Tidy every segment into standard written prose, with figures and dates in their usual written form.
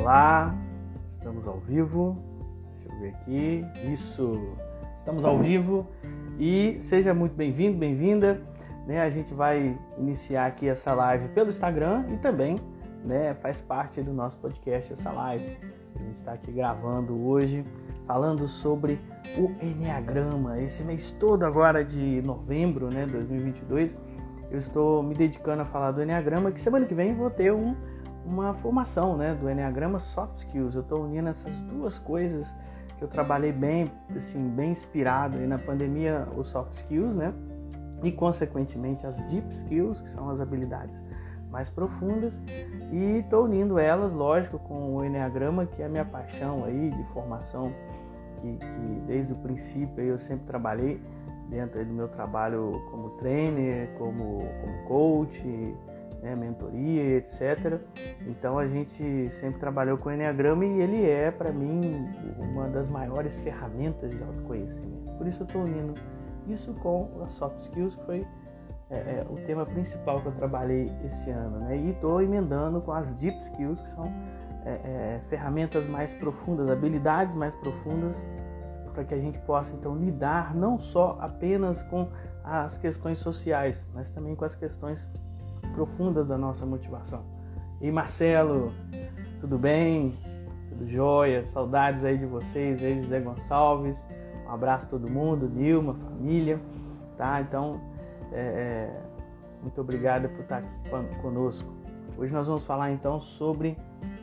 Olá, estamos ao vivo. Deixa eu ver aqui. Isso, estamos ao vivo e seja muito bem-vindo, bem-vinda. A gente vai iniciar aqui essa live pelo Instagram e também faz parte do nosso podcast essa live. A gente está aqui gravando hoje, falando sobre o Enneagrama. Esse mês todo agora de novembro, 2022, eu estou me dedicando a falar do Enneagrama, que semana que vem vou ter uma formação do Enneagrama Soft Skills. Eu estou unindo essas duas coisas que eu trabalhei bem inspirado aí na pandemia, os Soft Skills, e consequentemente as Deep Skills, que são as habilidades mais profundas, e estou unindo elas, lógico, com o Enneagrama, que é a minha paixão aí de formação, que desde o princípio eu sempre trabalhei dentro do meu trabalho como trainer, como coach, mentoria, etc. Então a gente sempre trabalhou com o Enneagrama e ele é, para mim, uma das maiores ferramentas de autoconhecimento. Por isso eu estou unindo isso com as Soft Skills, que foi o tema principal que eu trabalhei esse ano, e estou emendando com as Deep Skills, que são ferramentas mais profundas, habilidades mais profundas, para que a gente possa então lidar não só apenas com as questões sociais, mas também com as questões profundas da nossa motivação. E Marcelo, tudo bem? Tudo jóia? Saudades aí de vocês, aí José Gonçalves, um abraço a todo mundo, Nilma, família, tá? Então, muito obrigado por estar aqui conosco. Hoje nós vamos falar então sobre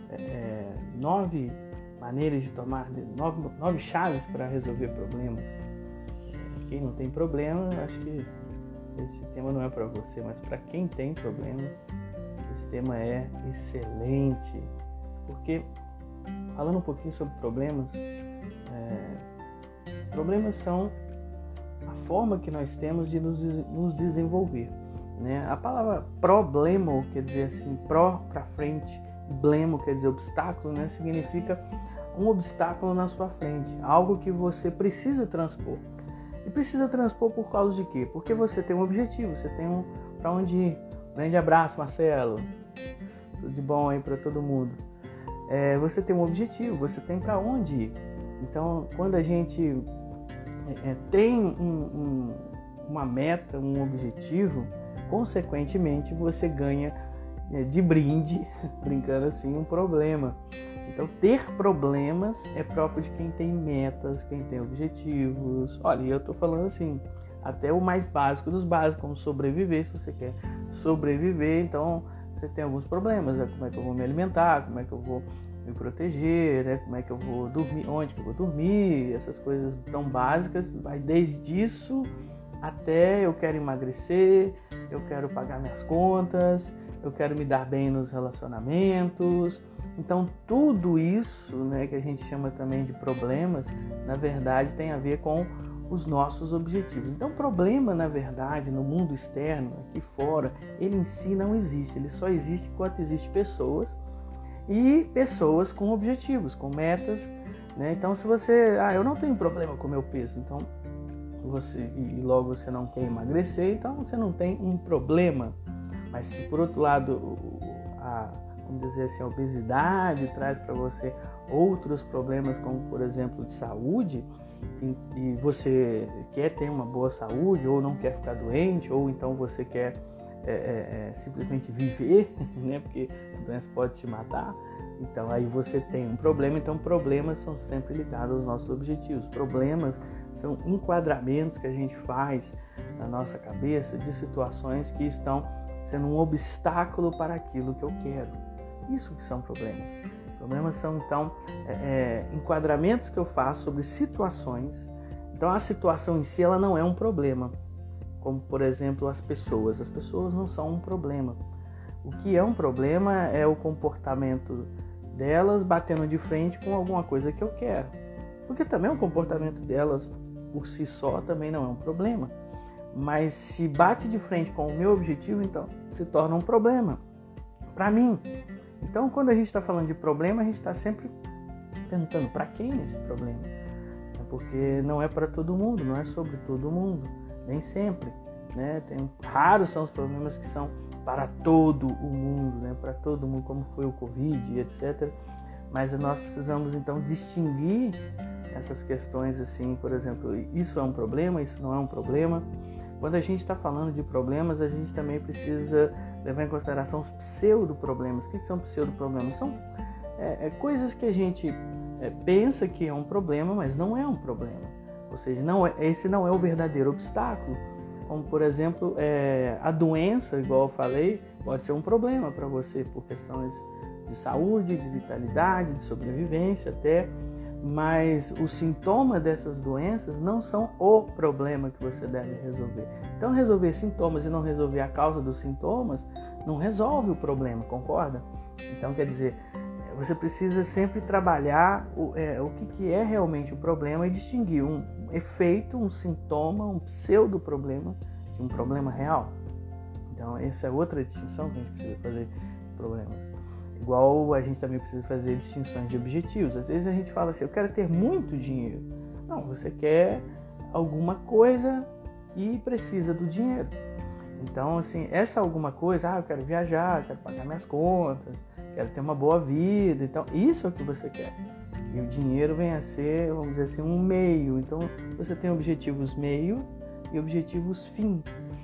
9 maneiras de tomar, 9 chaves para resolver problemas. Quem não tem problema, acho que esse tema não é para você, mas para quem tem problemas, esse tema é excelente. Porque, falando um pouquinho sobre problemas, problemas são a forma que nós temos de nos desenvolver. A palavra problema quer dizer assim, pró para frente, blemo quer dizer obstáculo, significa um obstáculo na sua frente, algo que você precisa transpor. E precisa transpor por causa de quê? Porque você tem um objetivo, você tem para onde ir. Grande abraço, Marcelo. Tudo de bom aí para todo mundo. Você tem um objetivo, você tem para onde ir. Então, quando a gente tem uma meta, um objetivo, consequentemente você ganha de brinde, brincando assim, um problema. Então, ter problemas é próprio de quem tem metas, quem tem objetivos. Olha, eu estou falando assim, até o mais básico dos básicos, como sobreviver. Se você quer sobreviver, então você tem alguns problemas. Como é que eu vou me alimentar, como é que eu vou me proteger, como é que eu vou dormir, onde que eu vou dormir, essas coisas tão básicas. Vai desde isso até eu quero emagrecer, eu quero pagar minhas contas, eu quero me dar bem nos relacionamentos. Então, tudo isso, que a gente chama também de problemas, na verdade tem a ver com os nossos objetivos. Então, problema, na verdade, no mundo externo, aqui fora, ele em si não existe. Ele só existe enquanto existem pessoas e pessoas com objetivos, com metas. Então, se você... eu não tenho problema com o meu peso, então e logo você não quer emagrecer, então você não tem um problema. Mas se, por outro lado, vamos dizer assim, a obesidade traz para você outros problemas, como por exemplo de saúde, e você quer ter uma boa saúde, ou não quer ficar doente, ou então você quer simplesmente viver, porque a doença pode te matar, então aí você tem um problema. Então problemas são sempre ligados aos nossos objetivos. Problemas são enquadramentos que a gente faz na nossa cabeça de situações que estão sendo um obstáculo para aquilo que eu quero. Isso que são problemas. Problemas são, então, enquadramentos que eu faço sobre situações. Então, a situação em si, ela não é um problema. Como, por exemplo, as pessoas. As pessoas não são um problema. O que é um problema é o comportamento delas batendo de frente com alguma coisa que eu quero. Porque também o comportamento delas, por si só, também não é um problema. Mas se bate de frente com o meu objetivo, então se torna um problema para mim. Então, quando a gente está falando de problema, a gente está sempre perguntando para quem é esse problema. Porque não é para todo mundo, não é sobre todo mundo, nem sempre. Raros são os problemas que são para todo o mundo, para todo mundo, como foi o Covid, etc. Mas nós precisamos então distinguir essas questões assim, por exemplo, isso é um problema, isso não é um problema. Quando a gente está falando de problemas, a gente também precisa levar em consideração os pseudo-problemas. O que são pseudo-problemas? São coisas que a gente pensa que é um problema, mas não é um problema. Ou seja, esse não é o verdadeiro obstáculo. Como, por exemplo, a doença, igual eu falei, pode ser um problema para você por questões de saúde, de vitalidade, de sobrevivência até, mas os sintomas dessas doenças não são o problema que você deve resolver. Então, resolver sintomas e não resolver a causa dos sintomas não resolve o problema, concorda? Então, quer dizer, você precisa sempre trabalhar o que é realmente o problema e distinguir um efeito, um sintoma, um pseudo-problema de um problema real. Então, essa é outra distinção que a gente precisa fazer de problemas. Igual a gente também precisa fazer distinções de objetivos. Às vezes a gente fala assim, eu quero ter muito dinheiro. Não, você quer alguma coisa e precisa do dinheiro. Então, assim, essa alguma coisa, eu quero viajar, quero pagar minhas contas, quero ter uma boa vida. Então, isso é o que você quer. E o dinheiro vem a ser, vamos dizer assim, um meio. Então, você tem objetivos meio e objetivos fim.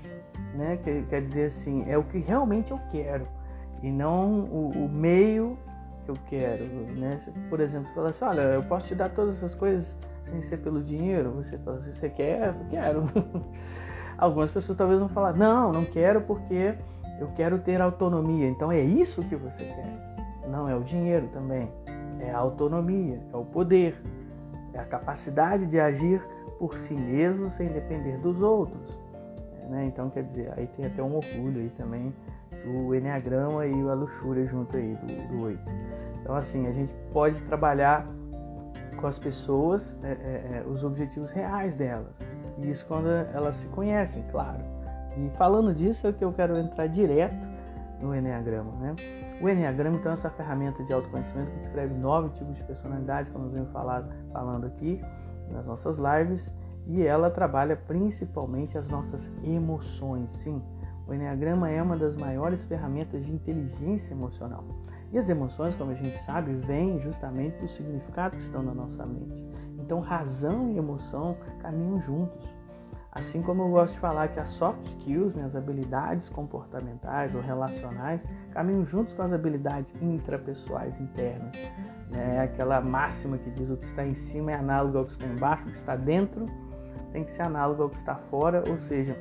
Né? Quer dizer assim, é o que realmente eu quero. E não o meio que eu quero, né? Por exemplo, você fala assim, olha, eu posso te dar todas essas coisas sem ser pelo dinheiro. Você fala assim, você quer? Eu quero. Algumas pessoas talvez vão falar, não quero porque eu quero ter autonomia. Então é isso que você quer. Não é o dinheiro também. É a autonomia, é o poder. É a capacidade de agir por si mesmo sem depender dos outros. Né? Então, quer dizer, aí tem até um orgulho aí também, o Enneagrama e a luxúria junto aí, do 8. Então, assim, a gente pode trabalhar com as pessoas os objetivos reais delas. E isso quando elas se conhecem, claro. E falando disso, é que eu quero entrar direto no Enneagrama, né? O Enneagrama, então, é essa ferramenta de autoconhecimento que descreve 9 tipos de personalidade, como eu venho falando aqui nas nossas lives, e ela trabalha principalmente as nossas emoções, sim. O Enneagrama é uma das maiores ferramentas de inteligência emocional. E as emoções, como a gente sabe, vêm justamente do significado que estão na nossa mente. Então, razão e emoção caminham juntos. Assim como eu gosto de falar que as soft skills, né, as habilidades comportamentais ou relacionais, caminham juntos com as habilidades intrapessoais internas. É aquela máxima que diz o que está em cima é análogo ao que está embaixo, o que está dentro tem que ser análogo ao que está fora, ou seja,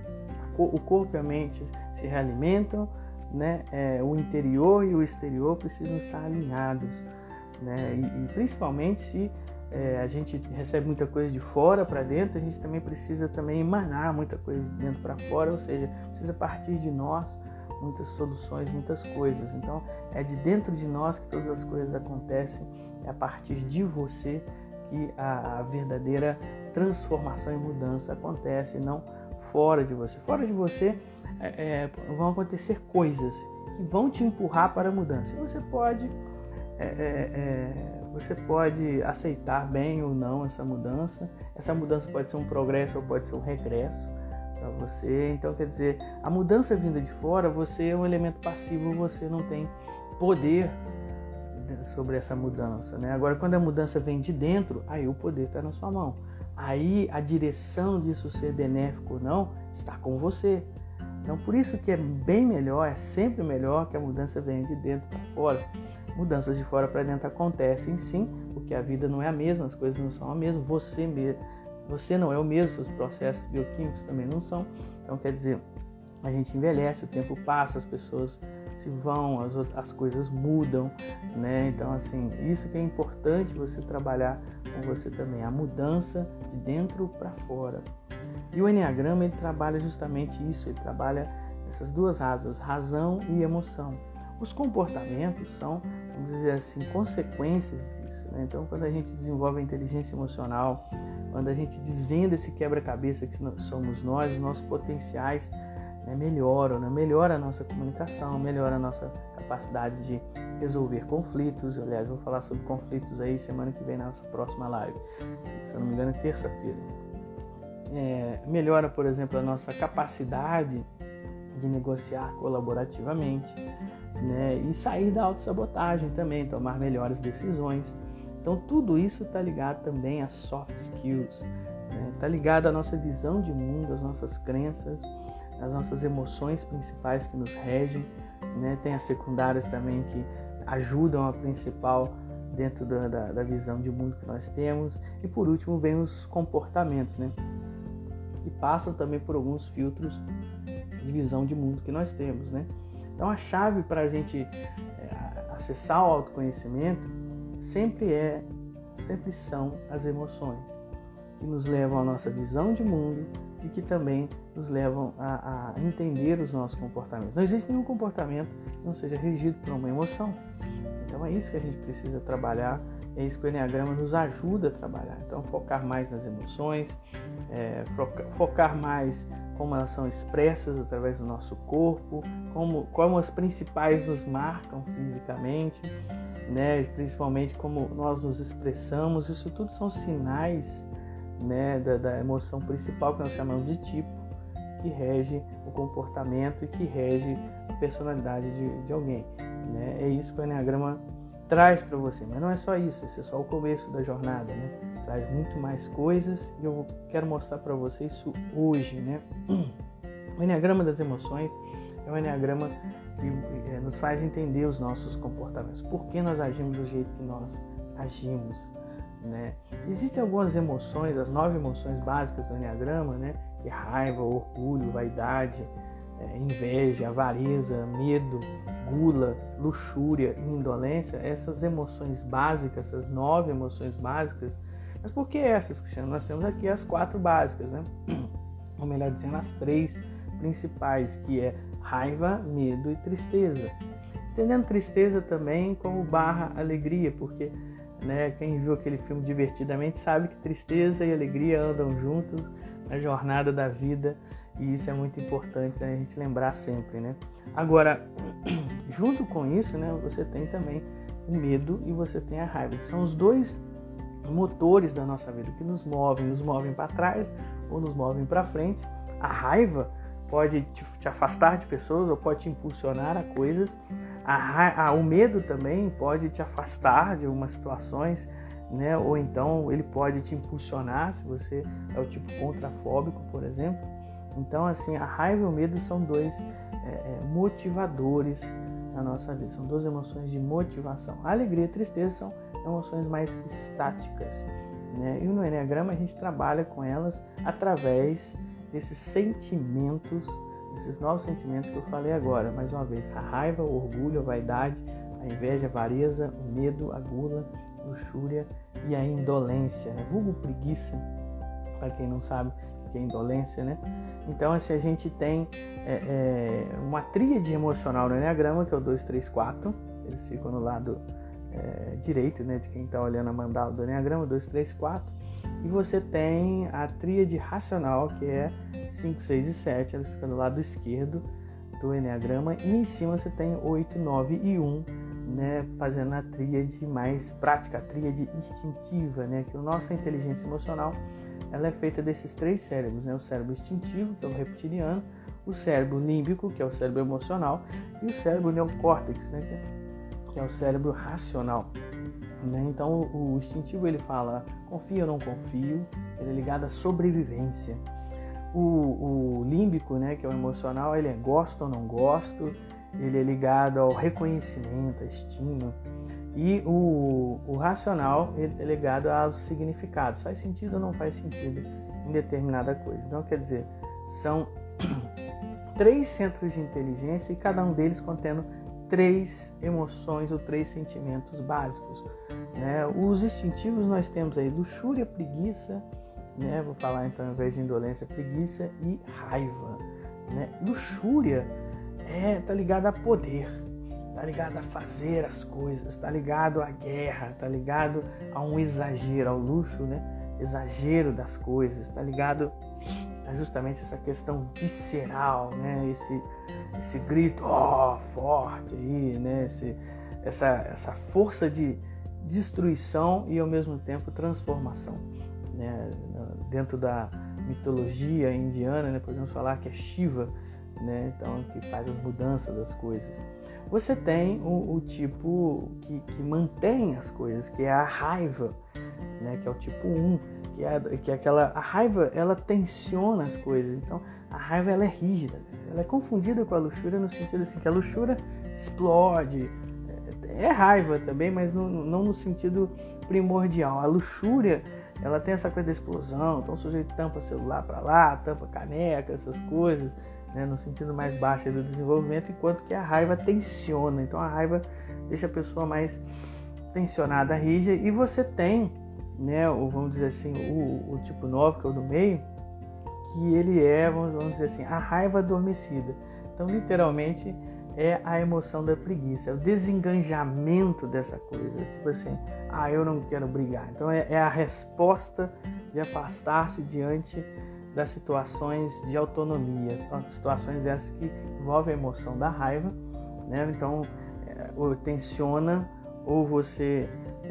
o corpo e a mente se realimentam, né? O interior e o exterior precisam estar alinhados, né? E principalmente se a gente recebe muita coisa de fora para dentro, a gente também precisa emanar muita coisa de dentro para fora, ou seja, precisa partir de nós muitas soluções, muitas coisas. Então, é de dentro de nós que todas as coisas acontecem, é a partir de você que a verdadeira transformação e mudança acontece, não fora de você. Fora de você vão acontecer coisas que vão te empurrar para a mudança. E você pode aceitar bem ou não essa mudança. Essa mudança pode ser um progresso ou pode ser um regresso para você. Então, quer dizer, a mudança vinda de fora, você é um elemento passivo, você não tem poder sobre essa mudança, né? Agora, quando a mudança vem de dentro, aí o poder está na sua mão. Aí a direção disso ser benéfico ou não está com você. Então, por isso que é bem melhor, é sempre melhor que a mudança venha de dentro para fora. Mudanças de fora para dentro acontecem sim, porque a vida não é a mesma, as coisas não são a mesma, você não é o mesmo, seus processos bioquímicos também não são. Então, quer dizer, a gente envelhece, o tempo passa, as pessoas se vão, as coisas mudam, né? Então, assim, isso que é importante você trabalhar com você também, a mudança de dentro para fora. E o Enneagrama, ele trabalha justamente isso, ele trabalha essas duas asas, razão e emoção. Os comportamentos são, vamos dizer assim, consequências disso, né? Então, quando a gente desenvolve a inteligência emocional, quando a gente desvenda esse quebra-cabeça que somos nós, os nossos potenciais, né, melhoram, né? Melhora a nossa comunicação, melhora a nossa capacidade de resolver conflitos. Aliás, vou falar sobre conflitos aí semana que vem na nossa próxima live, se eu não me engano, é terça-feira. Melhora, por exemplo, a nossa capacidade de negociar colaborativamente, né? E sair da autossabotagem também, tomar melhores decisões. Então tudo isso está ligado também a soft skills, né? Está ligado à nossa visão de mundo, às nossas crenças, às nossas emoções principais que nos regem, né? Tem as secundárias também que ajudam a principal dentro da visão de mundo que nós temos. E por último vem os comportamentos, né? E passam também por alguns filtros de visão de mundo que nós temos, né? Então a chave para a gente acessar o autoconhecimento sempre são as emoções, que nos levam à nossa visão de mundo e que também nos levam a entender os nossos comportamentos. Não existe nenhum comportamento que não seja regido por uma emoção. Então é isso que a gente precisa trabalhar, é isso que o Enneagrama nos ajuda a trabalhar. Então focar mais nas emoções, focar mais como elas são expressas através do nosso corpo, como as principais nos marcam fisicamente, né? Principalmente como nós nos expressamos. Isso tudo são sinais, né, da emoção principal que nós chamamos de tipo, que rege o comportamento e que rege a personalidade de alguém, né? É isso que o Enneagrama traz para você, mas não é só isso, esse é só o começo da jornada, né? Traz muito mais coisas e eu quero mostrar para você isso hoje, né? O Enneagrama das emoções é um Enneagrama que nos faz entender os nossos comportamentos, por que nós agimos do jeito que nós agimos, né? Existem algumas emoções, as 9 emoções básicas do Enneagrama, né? Que é raiva, orgulho, vaidade, inveja, avareza, medo, gula, luxúria e indolência. Essas emoções básicas, essas 9 emoções básicas. Mas por que essas, Cristiano? Nós temos aqui as 4 básicas, né? Ou melhor dizendo, as 3 principais, que é raiva, medo e tristeza. Entendendo tristeza também como barra alegria, porque, né, quem viu aquele filme Divertidamente sabe que tristeza e alegria andam juntos na jornada da vida, e isso é muito importante, né, a gente lembrar sempre, né? Agora, junto com isso, né, você tem também o medo e você tem a raiva, que são os 2 motores da nossa vida que nos movem para trás ou nos movem para frente. A raiva pode te afastar de pessoas ou pode te impulsionar a coisas. O medo também pode te afastar de algumas situações, né? Ou então ele pode te impulsionar se você é o tipo contrafóbico, por exemplo. Então, assim, a raiva e o medo são 2 motivadores na nossa vida, são 2 emoções de motivação. A alegria e a tristeza são emoções mais estáticas, né? E no Enneagrama a gente trabalha com elas através desses sentimentos, esses 9 sentimentos que eu falei agora, mais uma vez: a raiva, o orgulho, a vaidade, a inveja, a avareza, o medo, a gula, a luxúria e a indolência, né? Vulgo preguiça, para quem não sabe o que é indolência, né? Então, assim, a gente tem uma tríade emocional no Enneagrama, que é o 2, 3, 4, eles ficam no lado direito, né, de quem está olhando a mandala do Enneagrama, 2, 3, 4. E você tem a tríade racional, que é 5, 6 e 7, ela fica do lado esquerdo do Enneagrama. E em cima você tem 8, 9 e 1, né, fazendo a tríade mais prática, a tríade instintiva, né, que a nossa inteligência emocional ela é feita desses 3 cérebros, né, o cérebro instintivo, que é o reptiliano, o cérebro límbico, que é o cérebro emocional, e o cérebro neocórtex, né, que é o cérebro racional. Então o instintivo ele fala confio ou não confio, ele é ligado à sobrevivência. O límbico, né, que é o emocional, ele é gosto ou não gosto, ele é ligado ao reconhecimento, à estima. E o racional ele é ligado aos significados, faz sentido ou não faz sentido em determinada coisa. Então quer dizer, são 3 centros de inteligência e cada um deles contendo 3 emoções ou 3 sentimentos básicos, né? Os instintivos nós temos aí luxúria, preguiça, né? Vou falar então, ao invés de indolência, preguiça e raiva, né? Luxúria tá ligado a poder, tá ligado a fazer as coisas, tá ligado à guerra, tá ligado a um exagero, ao luxo, né? Exagero das coisas, tá ligado a justamente essa questão visceral, né? Esse grito forte aí, né? Essa força de destruição e ao mesmo tempo transformação, né? Dentro da mitologia indiana, né? Podemos falar que é Shiva, né? Então, que faz as mudanças das coisas. Você tem o tipo que mantém as coisas, que é a raiva, né? Que é o tipo 1, que é aquela... A raiva, ela tensiona as coisas. Então, a raiva, ela é rígida. Ela é confundida com a luxúria no sentido assim, que a luxúria explode. É raiva também, mas não no sentido primordial. A luxúria, ela tem essa coisa da explosão. Então, o sujeito tampa celular para lá, tampa caneca, essas coisas, né, no sentido mais baixo do desenvolvimento, enquanto que a raiva tensiona. Então, a raiva deixa a pessoa mais tensionada, rígida. E você tem, né, vamos dizer assim, o tipo 9, que é o do meio, que ele é, vamos dizer assim, a raiva adormecida. Então, literalmente, é a emoção da preguiça, é o desenganjamento dessa coisa. Tipo assim, eu não quero brigar. Então, é a resposta de afastar-se diante das situações de autonomia, situações essas que envolvem a emoção da raiva, né? Então, ou tensiona, ou você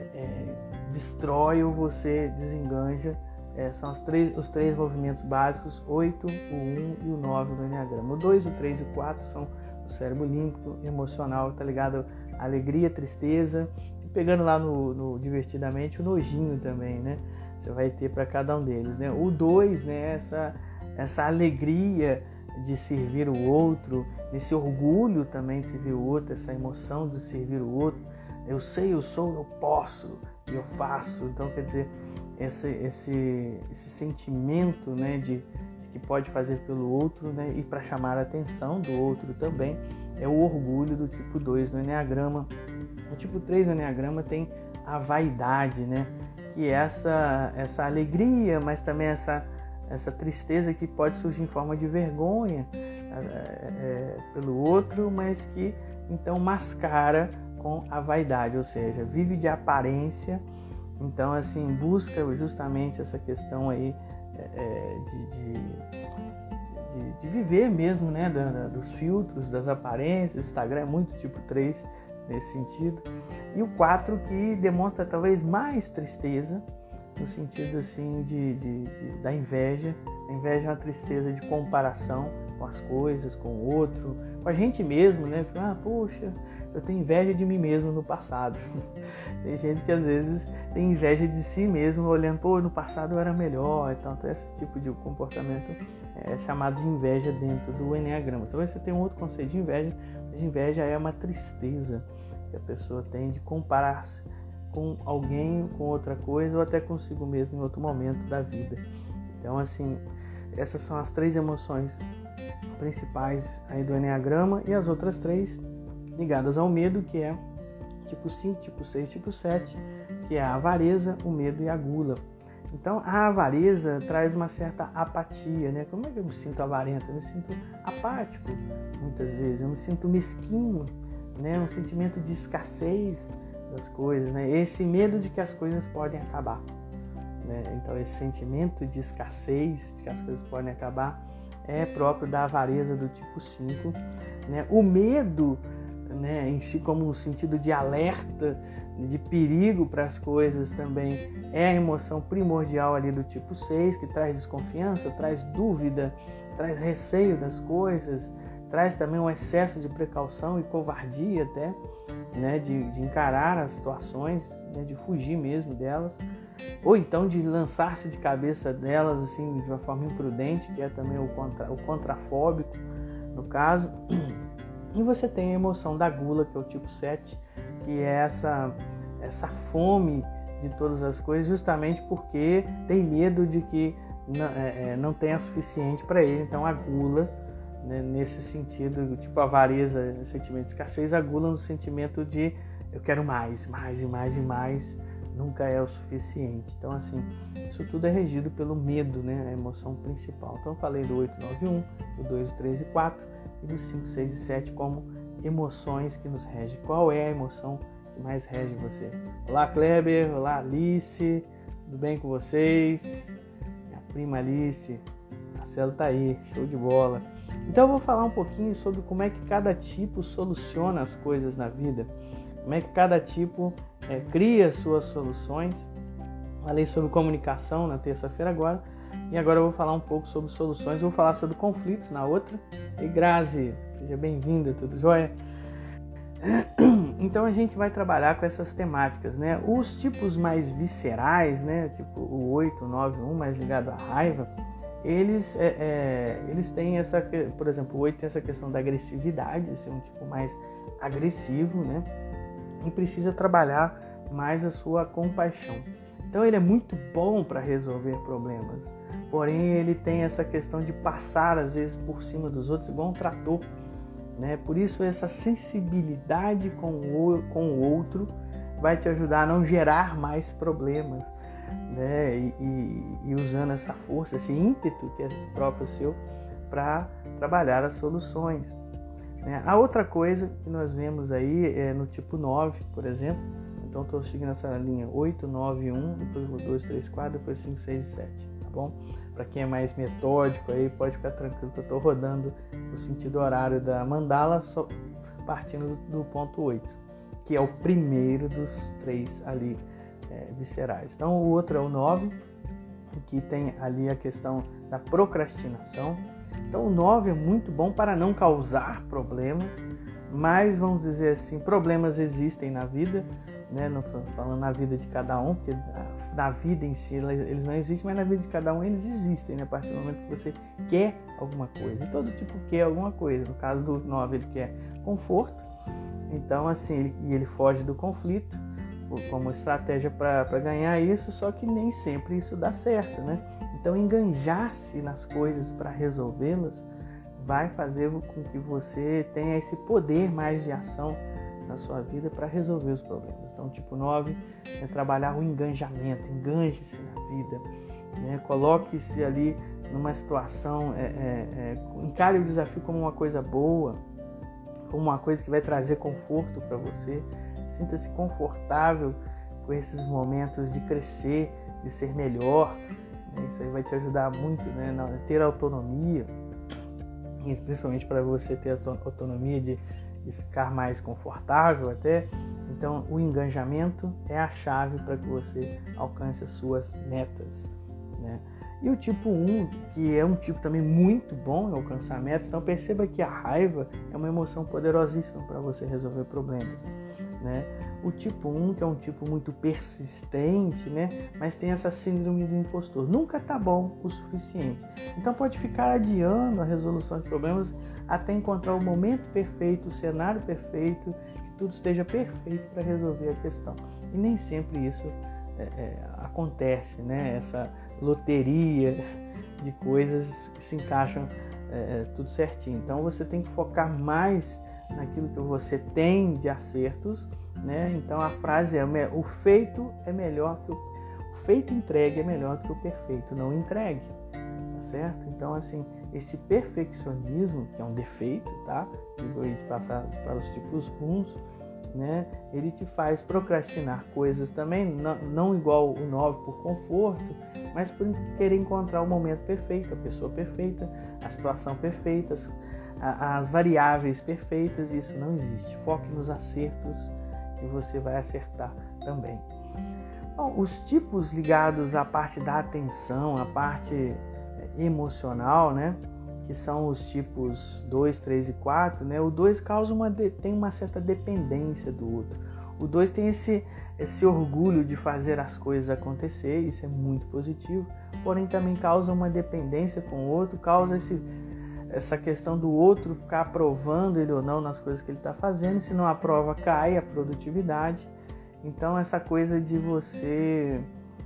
destrói, ou você desenganja. São os três movimentos básicos, 8, o 1 e o 9 do Enneagrama. O 2, o 3 e o 4 são o cérebro límbico, emocional, tá ligado à alegria, tristeza, e pegando lá no divertidamente, o nojinho também, né? Você vai ter para cada um deles, né? O 2, né? Essa alegria de servir o outro, esse orgulho também de servir o outro, essa emoção de servir o outro. Eu sei, eu sou, eu posso, eu faço. Então, quer dizer, esse sentimento, né, de que pode fazer pelo outro, né, e para chamar a atenção do outro também, é o orgulho do tipo 2 no Enneagrama. O tipo 3 no Enneagrama tem a vaidade, né, que é essa alegria, mas também essa tristeza que pode surgir em forma de vergonha pelo outro, mas que então mascara com a vaidade, ou seja, vive de aparência. Então, assim, busca justamente essa questão aí de viver mesmo, né, dos filtros, das aparências. O Instagram é muito tipo 3 nesse sentido. E o 4 que demonstra talvez mais tristeza, no sentido assim da inveja. A inveja é uma tristeza de comparação com as coisas, com o outro, com a gente mesmo, né? Poxa, eu tenho inveja de mim mesmo no passado. Tem gente que às vezes tem inveja de si mesmo, olhando, no passado eu era melhor. Então, esse tipo de comportamento é chamado de inveja dentro do Enneagrama. Talvez você tenha um outro conceito de inveja, mas inveja é uma tristeza que a pessoa tem de comparar-se com alguém, com outra coisa, ou até consigo mesmo em outro momento da vida. Então, assim, essas são as 3 emoções principais aí do Enneagrama, e as outras 3 ligadas ao medo, que é tipo 5, tipo 6, tipo 7, que é a avareza, o medo e a gula. Então, a avareza traz uma certa apatia, né? Como é que eu me sinto avarento? Eu me sinto apático, muitas vezes. Eu me sinto mesquinho, né? Um sentimento de escassez das coisas, né? Esse medo de que as coisas podem acabar, né? Então, esse sentimento de escassez, de que as coisas podem acabar, é próprio da avareza do tipo 5, né? O medo, né, em si, como um sentido de alerta, de perigo para as coisas, também é a emoção primordial ali do tipo 6, que traz desconfiança, traz dúvida, traz receio das coisas, traz também um excesso de precaução e covardia até, né, de encarar as situações, né, de fugir mesmo delas, ou então de lançar-se de cabeça delas assim, de uma forma imprudente, que é também o contrafóbico, no caso. E você tem a emoção da gula, que é o tipo 7, que é essa fome de todas as coisas, justamente porque tem medo de que não tenha suficiente para ele. Então a gula, né, nesse sentido, tipo a avareza, sentimento de escassez, a gula no sentimento de eu quero mais, mais e mais e mais, nunca é o suficiente. Então, assim, isso tudo é regido pelo medo, né, a emoção principal. Então eu falei do 8, 9, 1, do 2, 3 e 4, e dos 5, 6 e 7 como emoções que nos regem. Qual é a emoção que mais rege você? Olá, Kleber. Olá, Alice. Tudo bem com vocês? Minha prima Alice. Marcelo tá aí. Show de bola. Então eu vou falar um pouquinho sobre como é que cada tipo soluciona as coisas na vida. Como é que cada tipo cria suas soluções. Falei sobre comunicação na terça-feira agora. E agora eu vou falar um pouco sobre soluções. Eu vou falar sobre conflitos na outra. E Grazi, seja bem-vinda, tudo jóia? Então a gente vai trabalhar com essas temáticas, né? Os tipos mais viscerais, né? Tipo o 8, 9, 1, mais ligado à raiva, eles têm essa, por exemplo, o 8 tem essa questão da agressividade, esse é um tipo mais agressivo, né? E precisa trabalhar mais a sua compaixão. Então ele é muito bom para resolver problemas, porém ele tem essa questão de passar às vezes por cima dos outros igual um trator, né? Por isso essa sensibilidade com o outro vai te ajudar a não gerar mais problemas, né? E usando essa força, esse ímpeto que é próprio seu para trabalhar as soluções, né? A outra coisa que nós vemos aí é no tipo 9, por exemplo. Então estou seguindo essa linha 8, 9, 1, depois vou 2, 3, 4, depois 5, 6 e 7, tá bom? Para quem é mais metódico aí, pode ficar tranquilo que eu estou rodando no sentido horário da mandala, só partindo do ponto 8, que é o primeiro dos 3 ali viscerais. Então o outro é o 9, que tem ali a questão da procrastinação. Então o 9 é muito bom para não causar problemas, mas vamos dizer assim, problemas existem na vida, né? Não falando na vida de cada um, porque na vida em si eles não existem, mas na vida de cada um eles existem, né? A partir do momento que você quer alguma coisa. E todo tipo quer alguma coisa. No caso do 9 ele quer conforto, então assim, ele foge do conflito como estratégia para ganhar isso, só que nem sempre isso dá certo, né? Então enganjar-se nas coisas para resolvê-las vai fazer com que você tenha esse poder mais de ação na sua vida para resolver os problemas. Então, tipo 9 é trabalhar o engajamento, enganje-se na vida, né? Coloque-se ali numa situação, encare o desafio como uma coisa boa, como uma coisa que vai trazer conforto para você. Sinta-se confortável com esses momentos de crescer, de ser melhor, né? Isso aí vai te ajudar muito, né? A ter autonomia, e principalmente para você ter a autonomia de ficar mais confortável até. Então o engajamento é a chave para que você alcance as suas metas, né? E o tipo 1, que é um tipo também muito bom em alcançar metas, então perceba que a raiva é uma emoção poderosíssima para você resolver problemas, né? O tipo 1, que é um tipo muito persistente, né? Mas tem essa síndrome do impostor. Nunca tá bom o suficiente. Então pode ficar adiando a resolução de problemas até encontrar o momento perfeito, o cenário perfeito, que tudo esteja perfeito para resolver a questão. E nem sempre isso acontece, né? Essa loteria de coisas que se encaixam tudo certinho. Então você tem que focar mais naquilo que você tem de acertos, né? Então a frase é: o feito é melhor que o feito entregue é melhor que o perfeito não entregue, tá certo? Então assim, esse perfeccionismo, que é um defeito, tá? Para os tipos 1, né? Ele te faz procrastinar coisas também, não igual o 9 por conforto, mas por querer encontrar o momento perfeito, a pessoa perfeita, a situação perfeita, as variáveis perfeitas. Isso não existe. Foque nos acertos que você vai acertar também. Bom, os tipos ligados à parte da atenção, à parte emocional, né? Que são os tipos 2, 3 e 4, né? O 2 tem uma certa dependência do outro. O 2 tem esse orgulho de fazer as coisas acontecer, isso é muito positivo, porém também causa uma dependência com o outro, causa essa questão do outro ficar aprovando ele ou não nas coisas que ele está fazendo. Se não aprova, cai a produtividade. Então essa coisa de você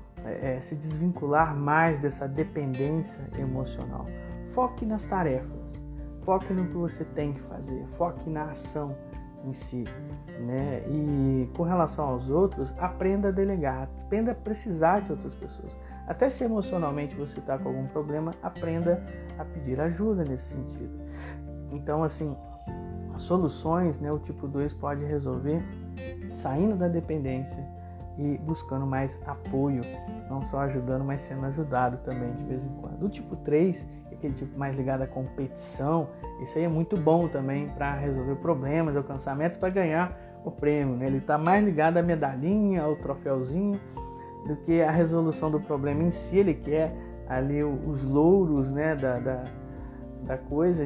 se desvincular mais dessa dependência emocional. Foque nas tarefas, foque no que você tem que fazer, foque na ação em si, né? E com relação aos outros, aprenda a delegar, aprenda a precisar de outras pessoas. Até se emocionalmente você está com algum problema, aprenda a pedir ajuda nesse sentido. Então, assim, as soluções, né, o tipo 2 pode resolver saindo da dependência e buscando mais apoio, não só ajudando, mas sendo ajudado também de vez em quando. O tipo 3, aquele tipo mais ligado à competição, isso aí é muito bom também para resolver problemas, alcançar metas, para ganhar o prêmio, né? Ele está mais ligado à medalhinha, ao troféuzinho, do que a resolução do problema em si. Ele quer ali os louros, né, da coisa,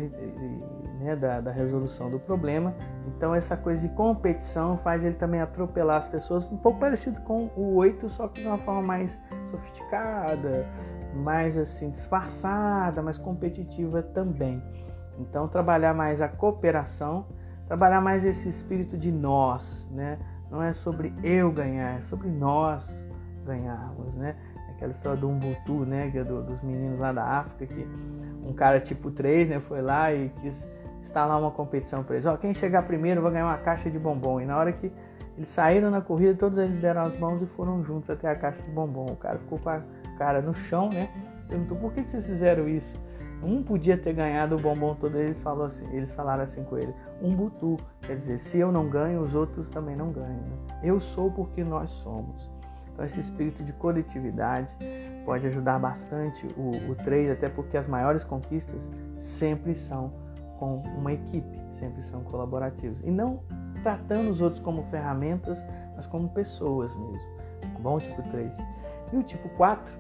né, da resolução do problema. Então essa coisa de competição faz ele também atropelar as pessoas, um pouco parecido com o 8, só que de uma forma mais sofisticada, mais assim disfarçada, mais competitiva também. Então trabalhar mais a cooperação, trabalhar mais esse espírito de nós, né? Não é sobre eu ganhar, é sobre nós ganharmos, né? Aquela história do Ubuntu, né? Que é dos meninos lá da África, que um cara tipo 3, né, foi lá e quis instalar uma competição para eles. Quem chegar primeiro vai ganhar uma caixa de bombom. E na hora que eles saíram na corrida, todos eles deram as mãos e foram juntos até a caixa de bombom. O cara ficou com a cara no chão, né? Perguntou, por que vocês fizeram isso? Um podia ter ganhado o bombom todo, eles falaram assim com ele, Ubuntu, quer dizer, se eu não ganho, os outros também não ganham, né? Eu sou porque nós somos. Então esse espírito de coletividade pode ajudar bastante o 3, até porque as maiores conquistas sempre são com uma equipe, sempre são colaborativas. E não tratando os outros como ferramentas, mas como pessoas mesmo. Bom, tipo 3. E o tipo 4,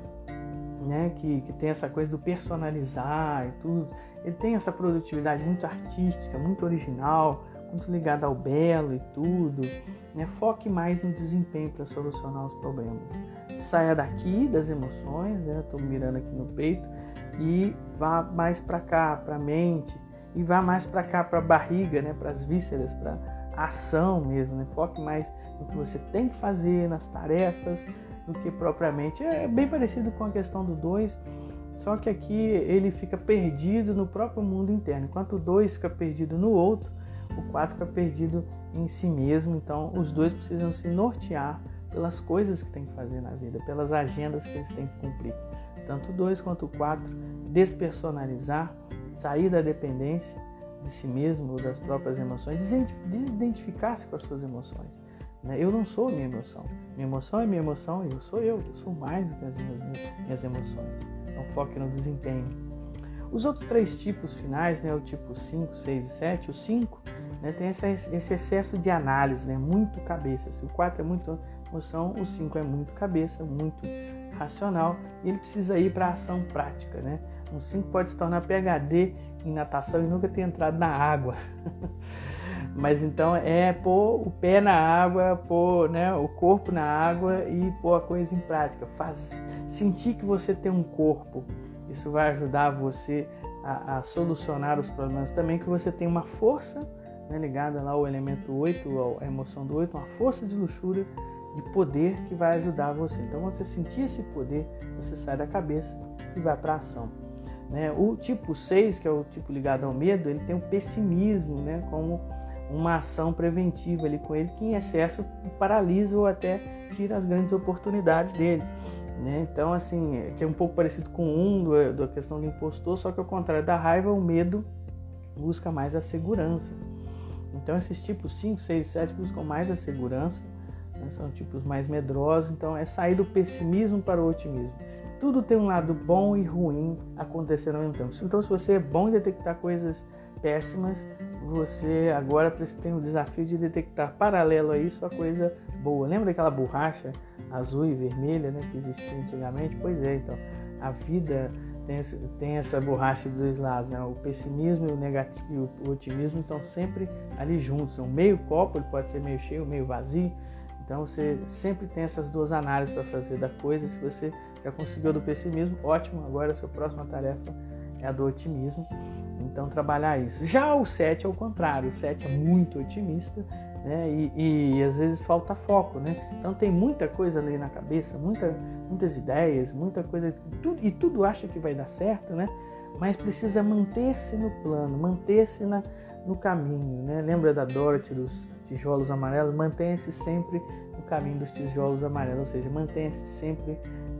né, que tem essa coisa do personalizar e tudo, ele tem essa produtividade muito artística, muito original, muito ligada ao belo e tudo, né? Foque mais no desempenho para solucionar os problemas. Saia daqui das emoções, né? Estou mirando aqui no peito, e vá mais para cá, para a mente, e vá mais para cá, para a barriga, né? Para as vísceras, para a ação mesmo, né? Foque mais no que você tem que fazer, nas tarefas, do que propriamente. É bem parecido com a questão do 2, só que aqui ele fica perdido no próprio mundo interno, enquanto o 2 fica perdido no outro, o 4 fica perdido em si mesmo. Então os dois precisam se nortear pelas coisas que tem que fazer na vida, pelas agendas que eles têm que cumprir. Tanto o 2 quanto o 4, despersonalizar, sair da dependência de si mesmo ou das próprias emoções, desidentificar-se com as suas emoções. Eu não sou minha emoção é minha emoção, eu sou mais do que as minhas emoções. Então foque no desempenho. Os outros 3 tipos finais, né, o tipo 5, 6 e 7, o 5, né, tem esse excesso de análise, né, muito cabeça. Se o 4 é muito emoção, o 5 é muito cabeça, muito racional, e ele precisa ir para a ação prática, né? Um 5 pode se tornar PhD em natação e nunca ter entrado na água. Mas então é pôr o pé na água, pôr, né, o corpo na água e pôr a coisa em prática. Sentir que você tem um corpo. Isso vai ajudar você a solucionar os problemas. Também que você tem uma força, né, ligada lá ao elemento 8, a emoção do 8, uma força de luxúria, de poder que vai ajudar você. Então, quando você sentir esse poder, você sai da cabeça e vai para a ação. Né? O tipo 6, que é o tipo ligado ao medo, ele tem o pessimismo, né, como uma ação preventiva ali com ele, que em excesso paralisa ou até tira as grandes oportunidades dele. Né? Então, assim, que é um pouco parecido com da questão do impostor, só que ao contrário da raiva, o medo busca mais a segurança. Então, esses tipos 5, 6 e 7 buscam mais a segurança, né? São tipos mais medrosos. Então, é sair do pessimismo para o otimismo. Tudo tem um lado bom e ruim acontecendo ao mesmo tempo. Então, se você é bom em detectar coisas péssimas, você agora tem o desafio de detectar paralelo a isso a coisa boa. Lembra aquela borracha azul e vermelha, né, que existia antigamente? Pois é, então a vida tem essa borracha dos dois lados, né? O pessimismo e o negativo, o otimismo estão sempre ali juntos. Um meio copo, ele pode ser meio cheio, meio vazio. Então você sempre tem essas duas análises para fazer da coisa. Se você já conseguiu do pessimismo, ótimo, agora a sua próxima tarefa é a do otimismo. Então trabalhar isso. Já o 7 é o contrário, o 7 é muito otimista, né? E às vezes falta foco, né? Então tem muita coisa ali na cabeça, muitas ideias, muita coisa, tudo acha que vai dar certo, né? Mas precisa manter-se no plano, manter-se no caminho, né? Lembra da Dorothy dos tijolos amarelos? Mantenha-se sempre no caminho dos tijolos amarelos, ou seja, mantenha-se sempre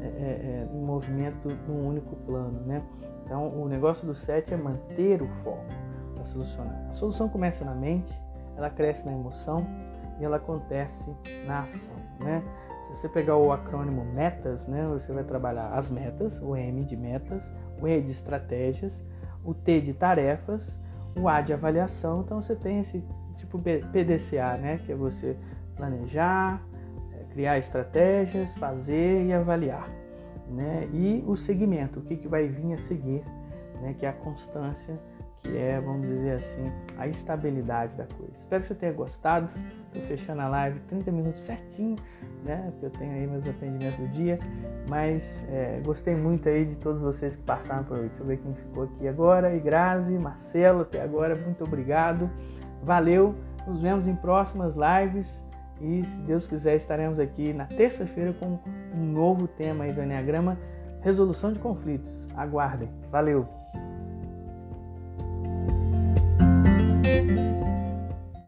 em movimento num único plano, né? Então, o negócio do 7 é manter o foco para solucionar. A solução começa na mente, ela cresce na emoção e ela acontece na ação, né? Se você pegar o acrônimo METAS, né, você vai trabalhar as metas, o M de metas, o E de estratégias, o T de tarefas, o A de avaliação. Então, você tem esse tipo PDCA, né, que é você planejar, criar estratégias, fazer e avaliar. Né? E o segmento, o que vai vir a seguir, né? Que é a constância que é, vamos dizer assim, a estabilidade da coisa. Espero que você tenha gostado. Estou fechando a live 30 minutos certinho, né? Porque eu tenho aí meus atendimentos do dia. Mas gostei muito aí de todos vocês que passaram por aí. Deixa eu ver quem ficou aqui agora. Igrazi, Marcelo, até agora, muito obrigado. Valeu, nos vemos em próximas lives. E se Deus quiser, estaremos aqui na terça-feira com um novo tema aí do Enneagrama, resolução de conflitos. Aguardem. Valeu!